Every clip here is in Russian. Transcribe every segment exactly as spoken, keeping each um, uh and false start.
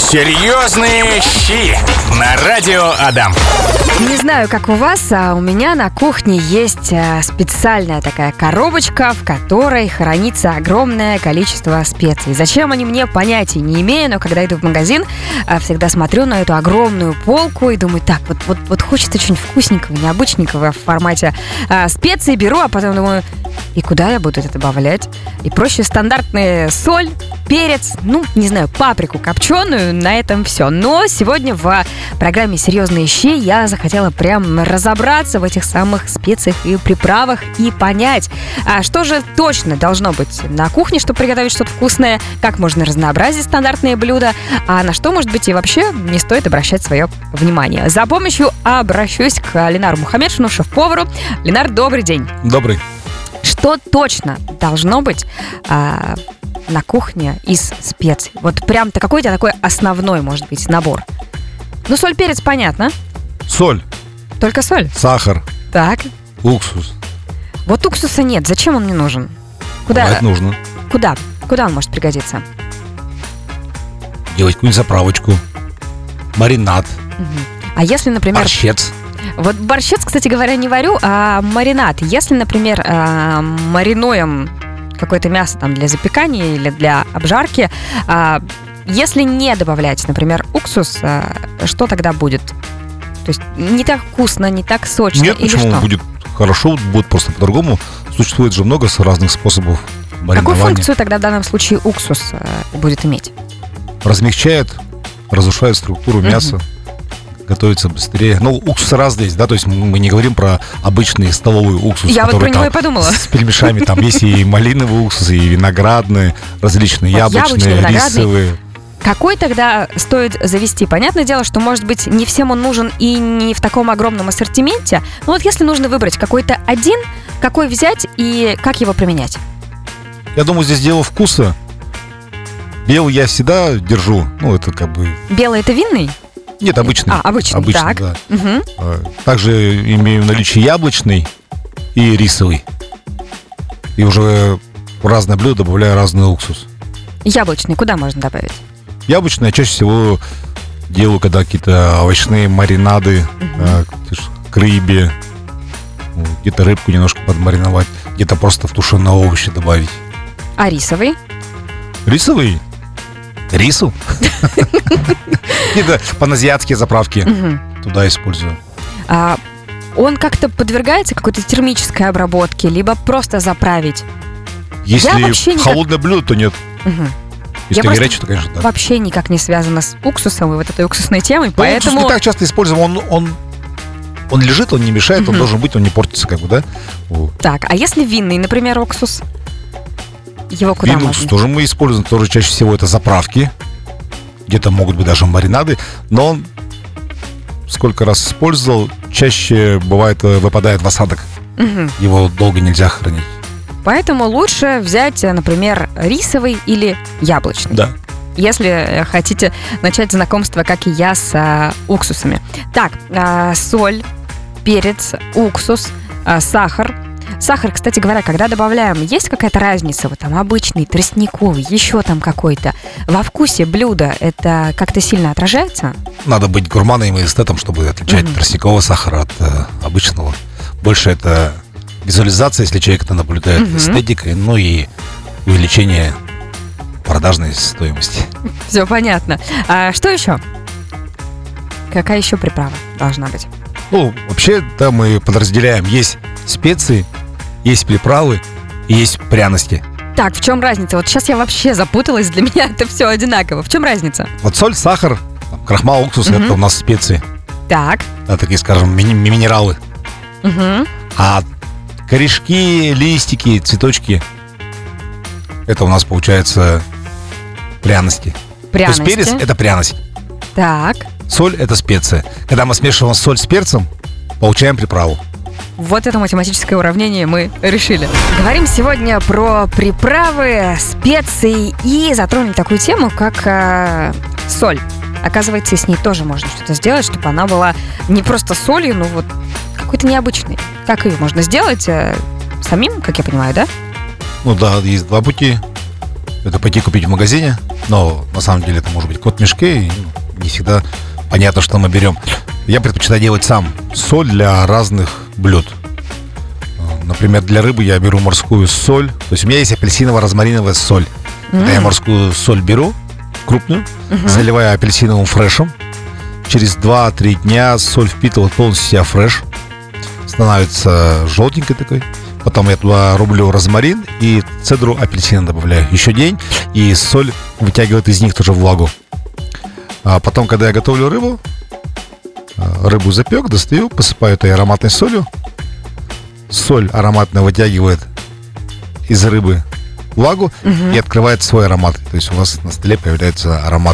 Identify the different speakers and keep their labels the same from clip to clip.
Speaker 1: Серьезные щи на радио Адам.
Speaker 2: Не знаю, как у вас, а у меня на кухне есть специальная такая коробочка, в которой хранится огромное количество специй. Зачем они мне, понятия не имею, но когда иду в магазин, всегда смотрю на эту огромную полку и думаю, так, вот, вот, вот хочется чего-нибудь вкусненького, необычненького в формате а, специй, беру, а потом думаю, и куда я буду это добавлять? И проще стандартная соль, перец, ну, не знаю, паприку копченую, на этом все. Но сегодня в программе «Серьезные щи» я захотела прям разобраться в этих самых специях и приправах и понять, а что же точно должно быть на кухне, чтобы приготовить что-то вкусное, как можно разнообразить стандартные блюда, а на что, может быть, и вообще не стоит обращать свое внимание. За помощью обращусь к Ленару Мухамедшину, шеф-повару. Ленар, добрый день.
Speaker 3: Добрый.
Speaker 2: Что точно должно быть а, на кухне из специй? Вот прям-то какой-то такой основной, может быть, набор. Ну, соль, перец, понятно.
Speaker 3: Соль.
Speaker 2: Только соль?
Speaker 3: Сахар.
Speaker 2: Так.
Speaker 3: Уксус.
Speaker 2: Вот уксуса нет. Зачем он мне нужен? Куда?
Speaker 3: Бывает нужно.
Speaker 2: Куда? Куда он может пригодиться?
Speaker 3: Делать какую-нибудь заправочку. Маринад.
Speaker 2: Угу. А если, например...
Speaker 3: Борщец.
Speaker 2: Вот борщец, кстати говоря, не варю, а маринад. Если, например, маринуем какое-то мясо там для запекания или для обжарки, если не добавлять, например, уксус, что тогда будет? То есть не так вкусно, не так сочно?
Speaker 3: Нет,
Speaker 2: или
Speaker 3: почему?
Speaker 2: Что?
Speaker 3: Будет хорошо, будет просто по-другому. Существует же много разных способов маринования.
Speaker 2: Какую функцию тогда в данном случае уксус будет иметь?
Speaker 3: Размягчает, разрушает структуру мяса. Угу. Готовится быстрее. Ну, уксусы разные есть, да, то есть мы не говорим про обычный столовый уксус.
Speaker 2: Я вот про него
Speaker 3: там,
Speaker 2: и подумала.
Speaker 3: С пельмешами, там есть и малиновый уксус, и виноградные, различные, вот яблочные, яблочный, рисовые.
Speaker 2: Какой тогда стоит завести? Понятное дело, что, может быть, не всем он нужен и не в таком огромном ассортименте, но вот если нужно выбрать какой-то один, какой взять и как его применять?
Speaker 3: Я думаю, здесь дело вкуса. Белый я всегда держу, ну, это как бы...
Speaker 2: Белый — это винный?
Speaker 3: Нет, обычный.
Speaker 2: А, обычный,
Speaker 3: обычный,
Speaker 2: так.
Speaker 3: Да.
Speaker 2: Угу.
Speaker 3: Также имею в наличии яблочный и рисовый. И уже в разное блюдо добавляю разный уксус.
Speaker 2: Яблочный куда можно добавить?
Speaker 3: Яблочный я чаще всего делаю, когда какие-то овощные маринады, угу. к рыбе, где-то рыбку немножко подмариновать, где-то просто в тушеные овощи добавить.
Speaker 2: А рисовый?
Speaker 3: Рисовый? Рису? Какие-то паназиатские заправки туда использую.
Speaker 2: Он как-то подвергается какой-то термической обработке, либо просто заправить?
Speaker 3: Если холодное блюдо, то нет. Если горячее, то, конечно, да.
Speaker 2: Вообще никак не связано с уксусом и вот этой уксусной темой, поэтому...
Speaker 3: Уксус не так часто используем, он, он, он лежит, он не мешает, он должен быть, он не портится, как бы, да?
Speaker 2: Так, а если винный, например, уксус? Его куда
Speaker 3: Винный
Speaker 2: можно?
Speaker 3: Тоже мы используем, тоже чаще всего это заправки. Где-то могут быть даже маринады. Но он, сколько раз использовал, чаще бывает выпадает в осадок. Угу. Его долго нельзя хранить.
Speaker 2: Поэтому лучше взять, например, рисовый или яблочный.
Speaker 3: Да.
Speaker 2: Если хотите начать знакомство, как и я, с а, уксусами. Так, а, соль, перец, уксус, а, сахар. Сахар, кстати говоря, когда добавляем, есть какая-то разница? Вот там обычный, тростниковый, еще там какой-то. Во вкусе блюда это как-то сильно отражается?
Speaker 3: Надо быть гурманом и эстетом, чтобы отличать mm-hmm. тростникового сахара от э, обычного. Больше это визуализация, если человек это наблюдает, mm-hmm. эстетикой, ну и увеличение продажной стоимости.
Speaker 2: Все понятно. А что еще? Какая еще приправа должна быть?
Speaker 3: Ну, вообще, да, мы подразделяем. Есть специи, есть приправы и есть пряности.
Speaker 2: Так, в чем разница? Вот сейчас я вообще запуталась, для меня это все одинаково. В чем разница?
Speaker 3: Вот соль, сахар, крахмал, уксус, угу. это у нас специи.
Speaker 2: Так.
Speaker 3: Да, такие, скажем, ми- минералы.
Speaker 2: Угу.
Speaker 3: А корешки, листики, цветочки, это у нас получается пряности.
Speaker 2: Пряности.
Speaker 3: То есть перец — это пряность.
Speaker 2: Так.
Speaker 3: Соль — это специя. Когда мы смешиваем соль с перцем, получаем приправу.
Speaker 2: Вот это математическое уравнение мы решили. Говорим сегодня про приправы, специи и затронем такую тему, как э, соль. Оказывается, с ней тоже можно что-то сделать, чтобы она была не просто солью, но вот какой-то необычной. Как ее можно сделать? Э, самим, как я понимаю, да?
Speaker 3: Ну да, есть два пути. это пойти купить в магазине, но на самом деле это может быть кот в мешке, и не всегда понятно, что мы берем. Я предпочитаю делать сам соль для разных блюд. Например, для рыбы я беру морскую соль. То есть у меня есть апельсиново-розмариновая соль. Mm-hmm. Когда я морскую соль беру, крупную, mm-hmm. заливаю апельсиновым фрешем. Через два-три дня соль впитывает полностью в себя фреш. Становится желтенькой такой. Потом я туда рублю розмарин и цедру апельсина добавляю. Еще день, и соль вытягивает из них тоже влагу. А потом, когда я готовлю рыбу, рыбу запек, достаю, посыпаю этой ароматной солью. Соль ароматно вытягивает из рыбы влагу угу. и открывает свой аромат. То есть у вас на столе появляется аромат.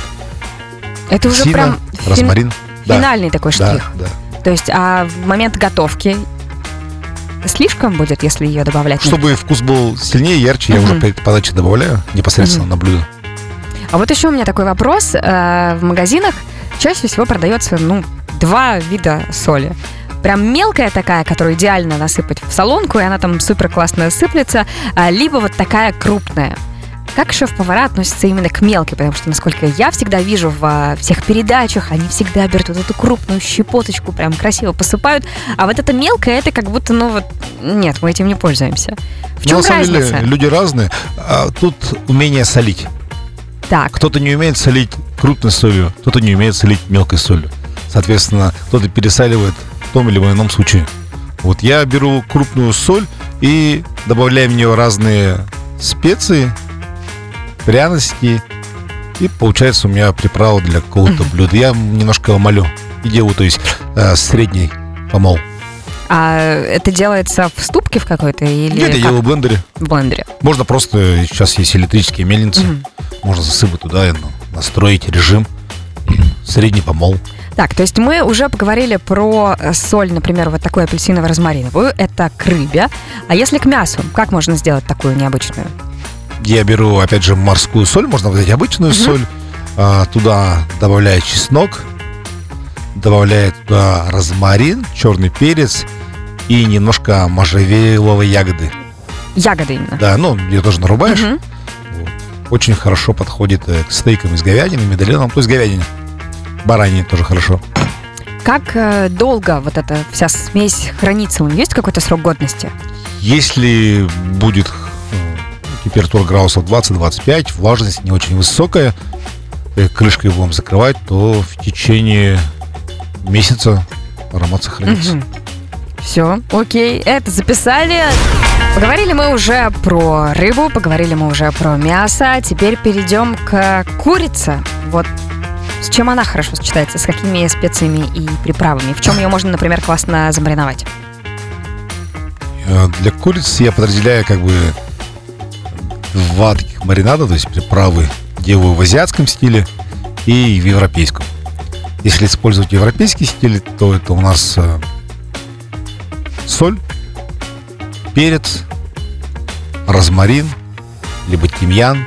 Speaker 2: Это уже
Speaker 3: Сина,
Speaker 2: прям
Speaker 3: розмарин.
Speaker 2: Фин... финальный такой штрих.
Speaker 3: Да, да.
Speaker 2: То есть, а в момент готовки слишком будет, если ее добавлять?
Speaker 3: Чтобы вкус был сильнее, ярче, угу. я уже перед подачей добавляю непосредственно угу. на блюдо.
Speaker 2: А вот еще у меня такой вопрос. В магазинах чаще всего продается, ну, два вида соли. Прям мелкая такая, которую идеально насыпать в солонку, и она там супер классно сыплется, либо вот такая крупная. Как шеф-повара относятся именно к мелкой? Потому что, насколько я всегда вижу во всех передачах, они всегда берут вот эту крупную щепоточку, прям красиво посыпают, а вот это мелкое, это как будто, ну вот, нет, мы этим не пользуемся. В чем
Speaker 3: разница? На самом
Speaker 2: разница?
Speaker 3: деле люди разные, а тут умение солить.
Speaker 2: Так.
Speaker 3: Кто-то не умеет солить крупной солью, кто-то не умеет солить мелкой солью. Соответственно, кто-то пересаливает в том или ином случае. Вот я беру крупную соль и добавляю в нее разные специи, пряности, и получается у меня приправа для какого-то mm-hmm. блюда. Я немножко молю и делаю, то есть э, средний помол.
Speaker 2: А это делается в ступке в какой-то или
Speaker 3: Нет, я делаю в блендере.
Speaker 2: В блендере.
Speaker 3: Можно просто, сейчас есть электрические мельницы, mm-hmm. можно засыпать туда и настроить режим и средний помол.
Speaker 2: Так, то есть мы уже поговорили про соль, например, вот такую апельсиново-розмариновую. Это к рыбе. А если к мясу, как можно сделать такую необычную?
Speaker 3: Я беру, опять же, морскую соль. Можно взять обычную mm-hmm. соль. А, туда добавляю чеснок. Добавляю туда розмарин, черный перец и немножко можжевеловой ягоды.
Speaker 2: Ягоды именно?
Speaker 3: Да, ну, ее тоже нарубаешь.
Speaker 2: Mm-hmm.
Speaker 3: Вот. Очень хорошо подходит к стейкам из говядины, медальоном, то есть говядине. Баранье тоже хорошо.
Speaker 2: Как э, долго вот эта вся смесь хранится? У нее есть какой-то срок годности?
Speaker 3: Если будет э, температура градусов двадцать-двадцать пять, влажность не очень высокая, э, крышкой будем закрывать, то в течение месяца аромат сохранится.
Speaker 2: Угу. Все, окей, это записали. Поговорили мы уже про рыбу, поговорили мы уже про мясо. Теперь перейдем к курице. Вот с чем она хорошо сочетается, с какими специями и приправами? В чем ее можно, например, классно замариновать?
Speaker 3: Для курицы я подразделяю как бы два таких маринада, то есть приправы делаю в азиатском стиле и в европейском. Если использовать европейский стиль, то это у нас соль, перец, розмарин, либо тимьян.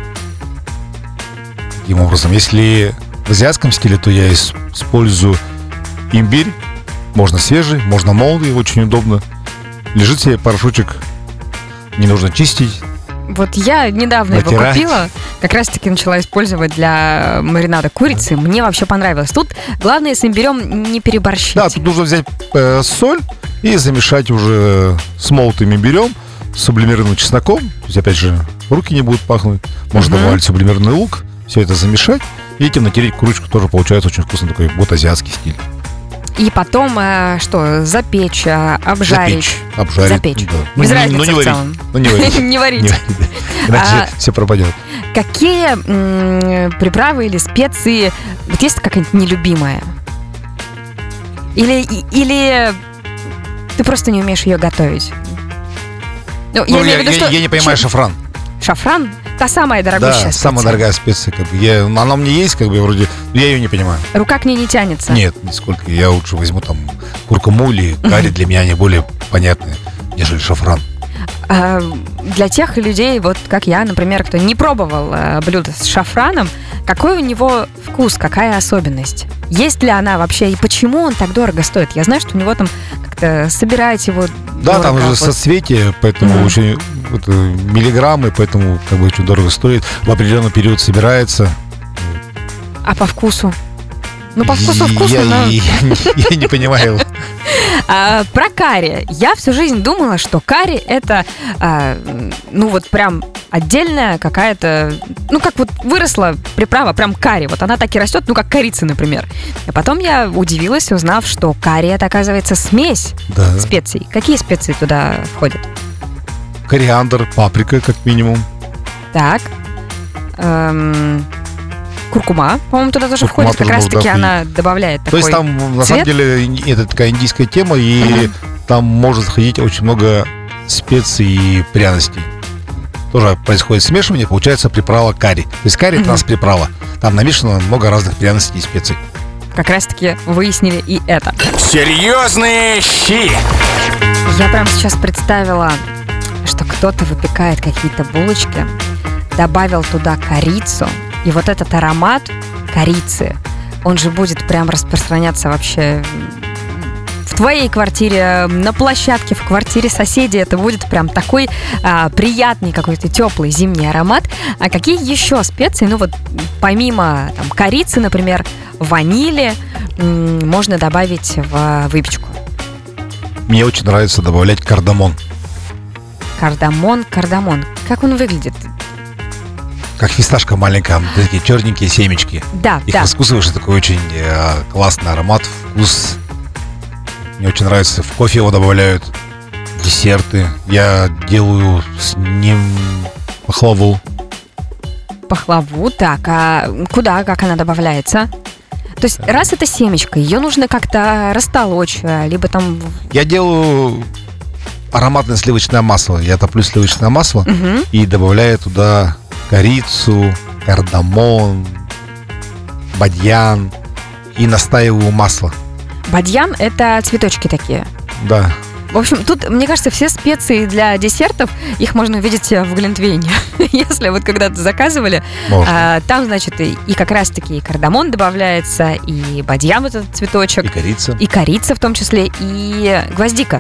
Speaker 3: Таким образом, если в азиатском стиле, то я использую имбирь. Можно свежий, можно молотый, очень удобно. Лежит себе порошочек, не нужно чистить. Вот я недавно
Speaker 2: натирать. Его купила, как раз-таки начала использовать для маринада курицы. Мне вообще понравилось. Тут главное с имбирем не переборщить.
Speaker 3: Да, тут нужно взять э, соль и замешать уже с молотым имбирем, с сублимированным чесноком. То есть, опять же, руки не будут пахнуть. Можно угу. добавить сублимированный лук, все это замешать. И этим натереть курочку тоже получается очень вкусный такой вот азиатский стиль.
Speaker 2: И потом э, что, запечь, э, обжарить.
Speaker 3: Запечь, обжарить.
Speaker 2: Запечь.
Speaker 3: Да.
Speaker 2: Без
Speaker 3: ну,
Speaker 2: разницы
Speaker 3: ну, не
Speaker 2: в
Speaker 3: варить.
Speaker 2: целом.
Speaker 3: Ну, не варить.
Speaker 2: Не варить.
Speaker 3: Иначе все пропадет.
Speaker 2: Какие приправы или специи, вот есть какая-нибудь нелюбимая? Или, или ты просто не умеешь ее готовить?
Speaker 3: Ну, я не понимаю шафран.
Speaker 2: Шафран? Та самая дорогущая специя.
Speaker 3: Да, самая дорогая специя. Как бы. я, она у меня есть, как бы вроде, но я ее не понимаю.
Speaker 2: Рука к ней не тянется?
Speaker 3: Нет, нисколько. Я лучше возьму там куркуму или карри, для меня они более понятные, нежели шафран.
Speaker 2: А, для тех людей, вот как я, например, кто не пробовал а, блюдо с шафраном, какой у него вкус, какая особенность? Есть ли она вообще и почему он так дорого стоит? Я знаю, что у него там как-то как-то собираете его?
Speaker 3: Да,
Speaker 2: дорого?
Speaker 3: там уже
Speaker 2: Вот.
Speaker 3: соцветие, поэтому
Speaker 2: Мгм.
Speaker 3: очень это, миллиграммы, поэтому как бы очень дорого стоит. В определенный период собирается.
Speaker 2: А по вкусу? Ну, по вкусу вкусно,
Speaker 3: я,
Speaker 2: но...
Speaker 3: я, я, я не понимаю.
Speaker 2: А, про карри. Я всю жизнь думала, что карри это, а, ну вот прям отдельная какая-то, ну как вот выросла приправа, прям карри. Вот она так и растет, ну как корица, например. А потом я удивилась, узнав, что карри это, оказывается, смесь
Speaker 3: Да.
Speaker 2: специй. Какие специи туда входят?
Speaker 3: Кориандр, паприка, как минимум.
Speaker 2: Так. Эм, куркума, по-моему, туда тоже
Speaker 3: Куркума
Speaker 2: входит. Как
Speaker 3: тоже,
Speaker 2: раз-таки
Speaker 3: да,
Speaker 2: она добавляет
Speaker 3: То
Speaker 2: такой...
Speaker 3: есть там, на
Speaker 2: цвет?
Speaker 3: самом деле, ин- это такая индийская тема, и там может заходить очень много специй и пряностей. Тоже происходит смешивание, получается приправа карри. То есть карри это у нас приправа. Там намешано много разных пряностей и специй.
Speaker 2: Как раз-таки выяснили и это.
Speaker 1: Серьезные щи.
Speaker 2: Я прям сейчас представила, что кто-то выпекает какие-то булочки, добавил туда корицу, и вот этот аромат корицы, он же будет прям распространяться вообще в твоей квартире, на площадке, в квартире соседей. Это будет прям такой а, приятный какой-то теплый зимний аромат. А какие еще специи, ну вот помимо там, корицы, например, ванили, м, можно добавить в выпечку?
Speaker 3: Мне очень нравится добавлять кардамон.
Speaker 2: Кардамон, кардамон. Как он выглядит?
Speaker 3: Как фисташка маленькая, такие черненькие семечки.
Speaker 2: Да,
Speaker 3: Их
Speaker 2: да.
Speaker 3: раскусываешь, и такой очень э, классный аромат, вкус. Мне очень нравится. В кофе его добавляют. Десерты. Я делаю с ним пахлаву.
Speaker 2: Пахлаву, так, а куда, как она добавляется? То есть, раз это семечко, ее нужно как-то растолочь, а, либо там...
Speaker 3: Я делаю ароматное сливочное масло. Я топлю сливочное масло
Speaker 2: Мгм.
Speaker 3: и добавляю туда корицу, кардамон, бадьян и настаиваю масло.
Speaker 2: Бадьян — это цветочки такие.
Speaker 3: Да.
Speaker 2: В общем, тут, мне кажется, все специи для десертов, их можно увидеть в глинтвейне. Если вот когда-то заказывали,
Speaker 3: Можно.
Speaker 2: а, там, значит, и, и как раз-таки и кардамон добавляется, и бадьян, вот этот цветочек,
Speaker 3: И корица.
Speaker 2: и корица в том числе, и гвоздика.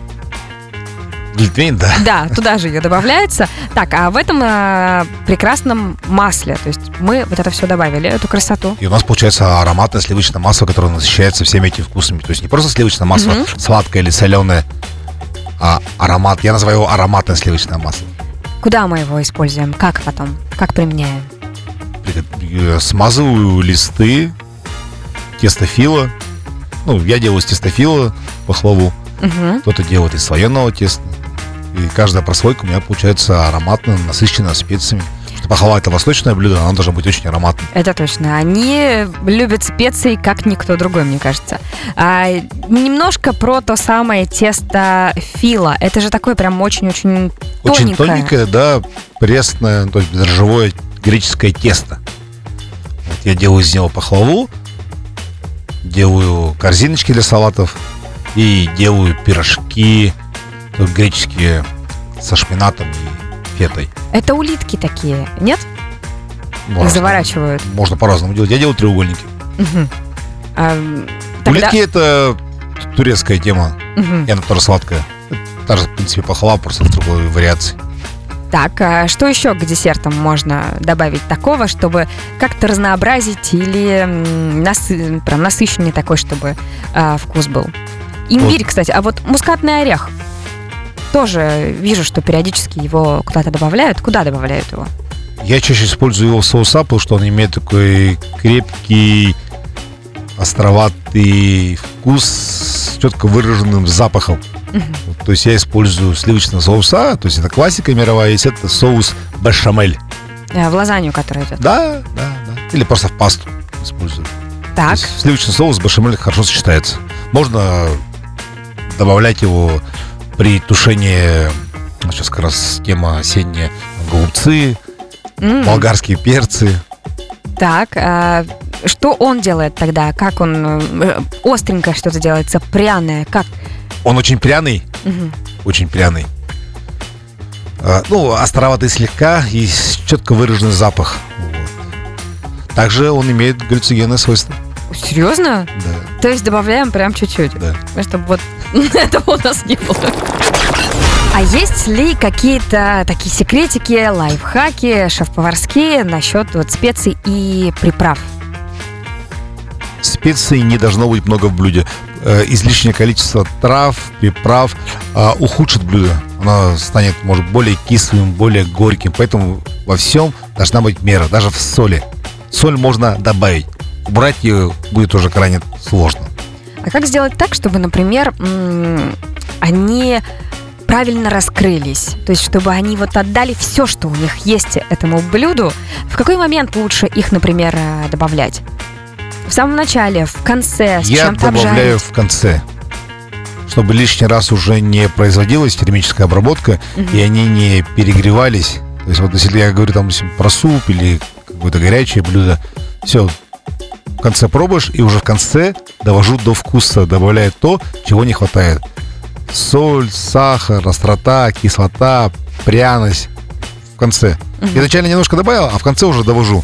Speaker 3: Глинтвейн, да.
Speaker 2: Да, туда же ее добавляется. Так, а в этом а, прекрасном масле, то есть мы вот это все добавили, эту красоту.
Speaker 3: И у нас получается ароматное сливочное масло, которое насыщается всеми этими вкусами. То есть не просто сливочное масло,
Speaker 2: Мгм.
Speaker 3: сладкое или соленое, а аромат. Я называю его ароматное сливочное масло.
Speaker 2: Куда мы его используем? Как потом? Как применяем?
Speaker 3: При- э, Смазываю листы тестофила. Ну, я делаю из тестофила пахлаву.
Speaker 2: Мгм.
Speaker 3: Кто-то делает из слоеного теста. И каждая прослойка у меня получается ароматная, насыщенная специями. Что пахлава — это восточное блюдо, оно должно быть очень ароматным.
Speaker 2: Это точно. Они любят специи, как никто другой, мне кажется. А, немножко про то самое тесто фила. Это же такое прям очень-очень
Speaker 3: Очень
Speaker 2: тоненькое.
Speaker 3: тоненькое, да, пресное, то есть дрожжевое греческое тесто. Вот я делаю из него пахлаву, делаю корзиночки для салатов и делаю пирожки то есть греческие со шпинатом и фетой.
Speaker 2: Это улитки такие, нет?
Speaker 3: Можно-
Speaker 2: Их заворачивают.
Speaker 3: Можно по-разному делать. Я делаю треугольники.
Speaker 2: Мгм. А, тогда-
Speaker 3: Улитки — это турецкая тема,
Speaker 2: Мгм.
Speaker 3: и она тоже сладкая. Та же, в принципе, пахлава, просто в другой вариации.
Speaker 2: Так, а что еще к десертам можно добавить такого, чтобы как-то разнообразить или м, насы- прям насыщеннее такой, чтобы а, вкус был? Имбирь, кстати, а вот мускатный орех. Тоже вижу, что периодически его куда-то добавляют. Куда добавляют его?
Speaker 3: Я чаще использую его в соуса, потому что он имеет такой крепкий, островатый вкус с четко выраженным запахом.
Speaker 2: Мгм.
Speaker 3: Вот, то есть я использую сливочный соуса, то есть это классика мировая, есть это соус бешамель.
Speaker 2: Э, В лазанью, которая идет.
Speaker 3: Да, да, да. Или просто в пасту использую. То
Speaker 2: Так,
Speaker 3: есть сливочный соус с бешамель хорошо сочетается. Можно добавлять его при тушении, ну, сейчас как раз тема осенняя, голубцы,
Speaker 2: М,
Speaker 3: болгарские перцы.
Speaker 2: так. а что он делает тогда? Как он э, остренькое что-то делается, пряное? Как?
Speaker 3: Он очень пряный,
Speaker 2: Мгм.
Speaker 3: очень пряный. А, Ну, островатый слегка и с четко выраженный запах. Вот. Также он имеет галлюциногенные свойства.
Speaker 2: Серьезно?
Speaker 3: Да,
Speaker 2: То есть добавляем прям чуть-чуть,
Speaker 3: да.
Speaker 2: чтобы вот Этого у нас не было. А есть ли какие-то такие секретики, лайфхаки шеф-поварские насчет вот специй и приправ?
Speaker 3: Специй не должно быть много в блюде. Э, излишнее количество трав, приправ э, ухудшит блюдо. Оно станет, может, более кислым, более горьким. Поэтому во всем должна быть мера, даже в соли. Соль можно добавить. Убрать ее будет уже крайне сложно.
Speaker 2: А как сделать так, чтобы, например, м- они правильно раскрылись? То есть, чтобы они вот отдали все, что у них есть этому блюду. В какой момент лучше их, например, э, добавлять? В самом начале, в конце, с
Speaker 3: Я
Speaker 2: чем-то
Speaker 3: добавляю
Speaker 2: обжарить?
Speaker 3: в конце, чтобы лишний раз уже не производилась термическая обработка,
Speaker 2: Мгм.
Speaker 3: и они не перегревались. То есть вот если я говорю там допустим, про суп или какое-то горячее блюдо, все, в конце пробуешь, и уже в конце довожу до вкуса, добавляю то, чего не хватает. Соль, сахар, острота, кислота, пряность в конце.
Speaker 2: Мгм.
Speaker 3: Изначально немножко добавил, а в конце уже довожу.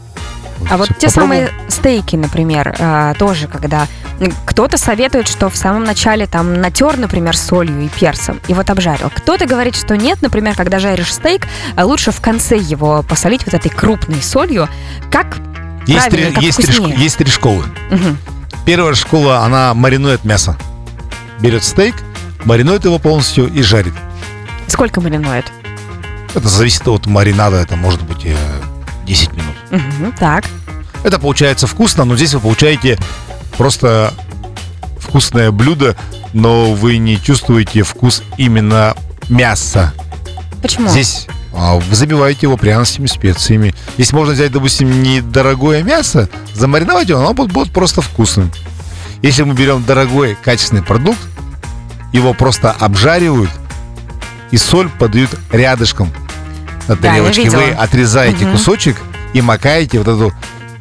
Speaker 2: А вот
Speaker 3: Всё,
Speaker 2: те
Speaker 3: попробуем.
Speaker 2: самые стейки, например, э, тоже, когда м, кто-то советует, что в самом начале там натер, например, солью и перцем, и вот обжарил. Кто-то говорит, что нет, например, когда жаришь стейк, а лучше в конце его посолить вот этой крупной солью. Как
Speaker 3: Есть,
Speaker 2: правильно,
Speaker 3: три,
Speaker 2: как
Speaker 3: есть, три,
Speaker 2: вкуснее?
Speaker 3: шк- есть три школы.
Speaker 2: Мгм.
Speaker 3: Первая школа, она маринует мясо. Берет стейк, маринует его полностью и жарит.
Speaker 2: Сколько маринует?
Speaker 3: Это зависит от маринада, это может быть э, десять минут.
Speaker 2: Мгм, так.
Speaker 3: Это получается вкусно, но здесь вы получаете просто вкусное блюдо, но вы не чувствуете вкус именно мяса.
Speaker 2: Почему?
Speaker 3: Здесь а, вы забиваете его пряностями, специями. Здесь можно взять, допустим, недорогое мясо, замариновать его, оно будет, будет просто вкусным. Если мы берем дорогой, качественный продукт, его просто обжаривают и соль подают рядышком на
Speaker 2: Да, я
Speaker 3: тарелочке.
Speaker 2: видела.
Speaker 3: Вы отрезаете
Speaker 2: Мгм.
Speaker 3: кусочек и макаете вот эту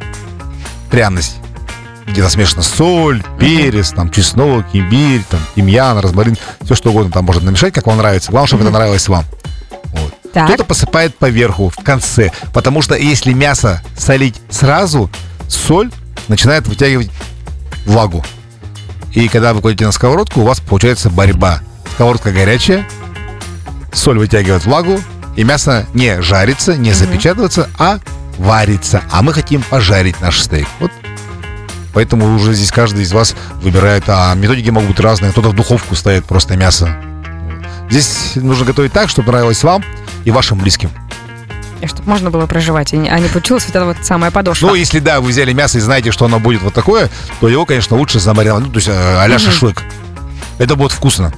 Speaker 3: пряность. Где-то смешана соль, перец, там, чеснок, имбирь, там, тимьян, розмарин, все что угодно там можно намешать, как вам нравится. Главное, чтобы
Speaker 2: Мгм.
Speaker 3: это нравилось вам. Вот.
Speaker 2: Так.
Speaker 3: Кто-то посыпает поверху, в конце. Потому что если мясо солить сразу, соль начинает вытягивать влагу. И когда вы кладете на сковородку, у вас получается борьба. Сковородка горячая, соль вытягивает влагу, и мясо не жарится, не запечатывается, а варится. А мы хотим пожарить наш стейк. Вот. Поэтому уже здесь каждый из вас выбирает. А методики могут быть разные. Кто-то в духовку ставит просто мясо. Здесь нужно готовить так, чтобы нравилось вам и вашим близким.
Speaker 2: Чтобы можно было проживать, а не а не получилась вот эта вот самая подошва.
Speaker 3: Ну, если да, вы взяли мясо и знаете, что оно будет вот такое, то его, конечно, лучше замариновать. Ну, то есть э, а-ля
Speaker 2: Мгм.
Speaker 3: шашлык. Это будет вкусно.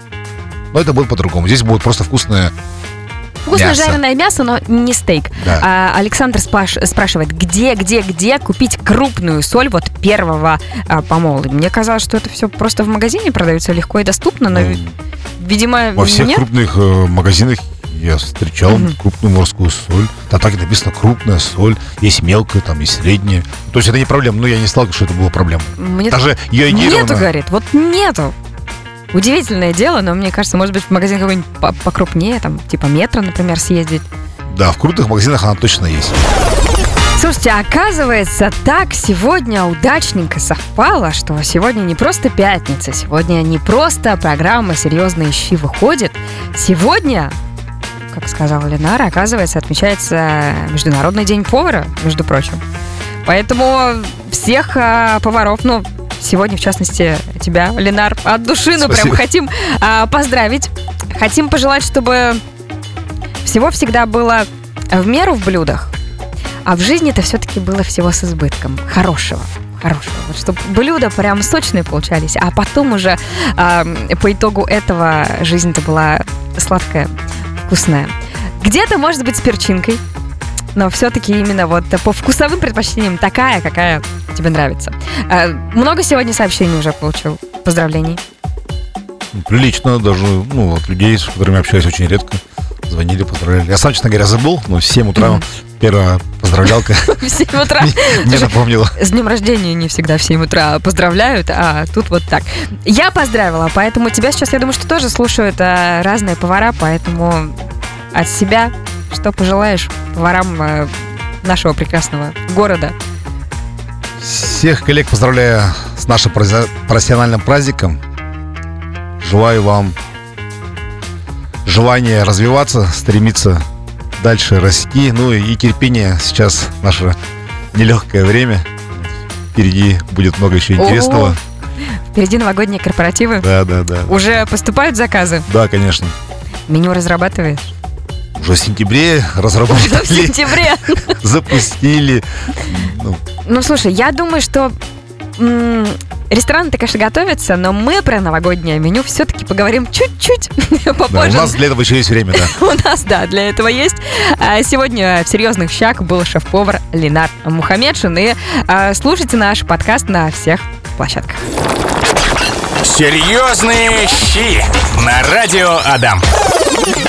Speaker 3: Но это будет по-другому. Здесь будет просто вкусное.
Speaker 2: Вкусное
Speaker 3: мясо.
Speaker 2: жареное мясо, но не стейк.
Speaker 3: Да.
Speaker 2: А, Александр спраш- спрашивает, где, где, где купить крупную соль вот первого а, помола? Мне казалось, что это все просто в магазине продается легко и доступно, но,
Speaker 3: Ну,
Speaker 2: видимо,
Speaker 3: Во всех
Speaker 2: нет.
Speaker 3: крупных э, магазинах я встречал
Speaker 2: Мгм.
Speaker 3: крупную морскую соль. Там так и написано крупная соль. Есть мелкая, там есть средняя. То есть это не проблема. Ну, я не сталкивался, что это было проблемой.
Speaker 2: Мне
Speaker 3: Даже ее
Speaker 2: нету, говорит, вот нету. Удивительное дело, но мне кажется, может быть, в магазин какой-нибудь по- покрупнее, там, типа метро, например, съездить.
Speaker 3: Да, в крупных магазинах она точно есть.
Speaker 2: Слушайте, оказывается, так сегодня удачненько совпало, что сегодня не просто пятница, сегодня не просто программа «Серьезные щи» выходит. Сегодня, как сказала Ленара, оказывается, отмечается Международный день повара, между прочим. Поэтому всех а, поваров, ну, сегодня, в частности, тебя, Ленар, от души, ну, прям
Speaker 3: Спасибо.
Speaker 2: хотим а, поздравить. Хотим пожелать, чтобы всего всегда было в меру в блюдах, а в жизни-то все-таки было всего с избытком. Хорошего. Хорошего. Вот чтобы блюда прям сочные получались, а потом уже а, по итогу этого жизнь-то была сладкая, вкусная. Где-то, может быть, с перчинкой, но все-таки именно вот по вкусовым предпочтениям такая, какая тебе нравится. А, много сегодня сообщений уже получил. Поздравлений.
Speaker 3: Прилично, даже ну, от людей, с которыми общаюсь очень редко. Звонили, поздравляли. Я сам, честно говоря, забыл, но в семь утра
Speaker 2: Мгм.
Speaker 3: первая поздравлялка
Speaker 2: В семь утра.
Speaker 3: мне напомнила.
Speaker 2: С днем рождения не всегда в семь утра поздравляют, а тут вот так. Я поздравила, поэтому тебя сейчас, я думаю, что тоже слушают а, разные повара, поэтому от себя что пожелаешь поварам а, нашего прекрасного города?
Speaker 3: Всех коллег поздравляю с нашим профессиональным праздником. Желаю вам желания развиваться, стремиться дальше расти. Ну и терпение. Сейчас наше нелегкое время. Впереди будет много еще интересного.
Speaker 2: Ого. Впереди новогодние корпоративы.
Speaker 3: Да, да, да.
Speaker 2: Уже поступают заказы?
Speaker 3: Да, конечно.
Speaker 2: Меню разрабатываешь?
Speaker 3: Уже в сентябре
Speaker 2: Уже в
Speaker 3: разработали,
Speaker 2: сентябре.
Speaker 3: запустили. Ну,
Speaker 2: Ну, слушай, я думаю, что м, рестораны-то, конечно, готовятся, но мы про новогоднее меню все-таки поговорим чуть-чуть
Speaker 3: да, у
Speaker 2: попозже.
Speaker 3: нас для этого еще есть время, да.
Speaker 2: У нас, да, для этого есть. А Сегодня в «Серьезных щах» был шеф-повар Ленар Мухамедшин. И а, слушайте наш подкаст на всех площадках.
Speaker 1: Серьезные щи на радио Адам.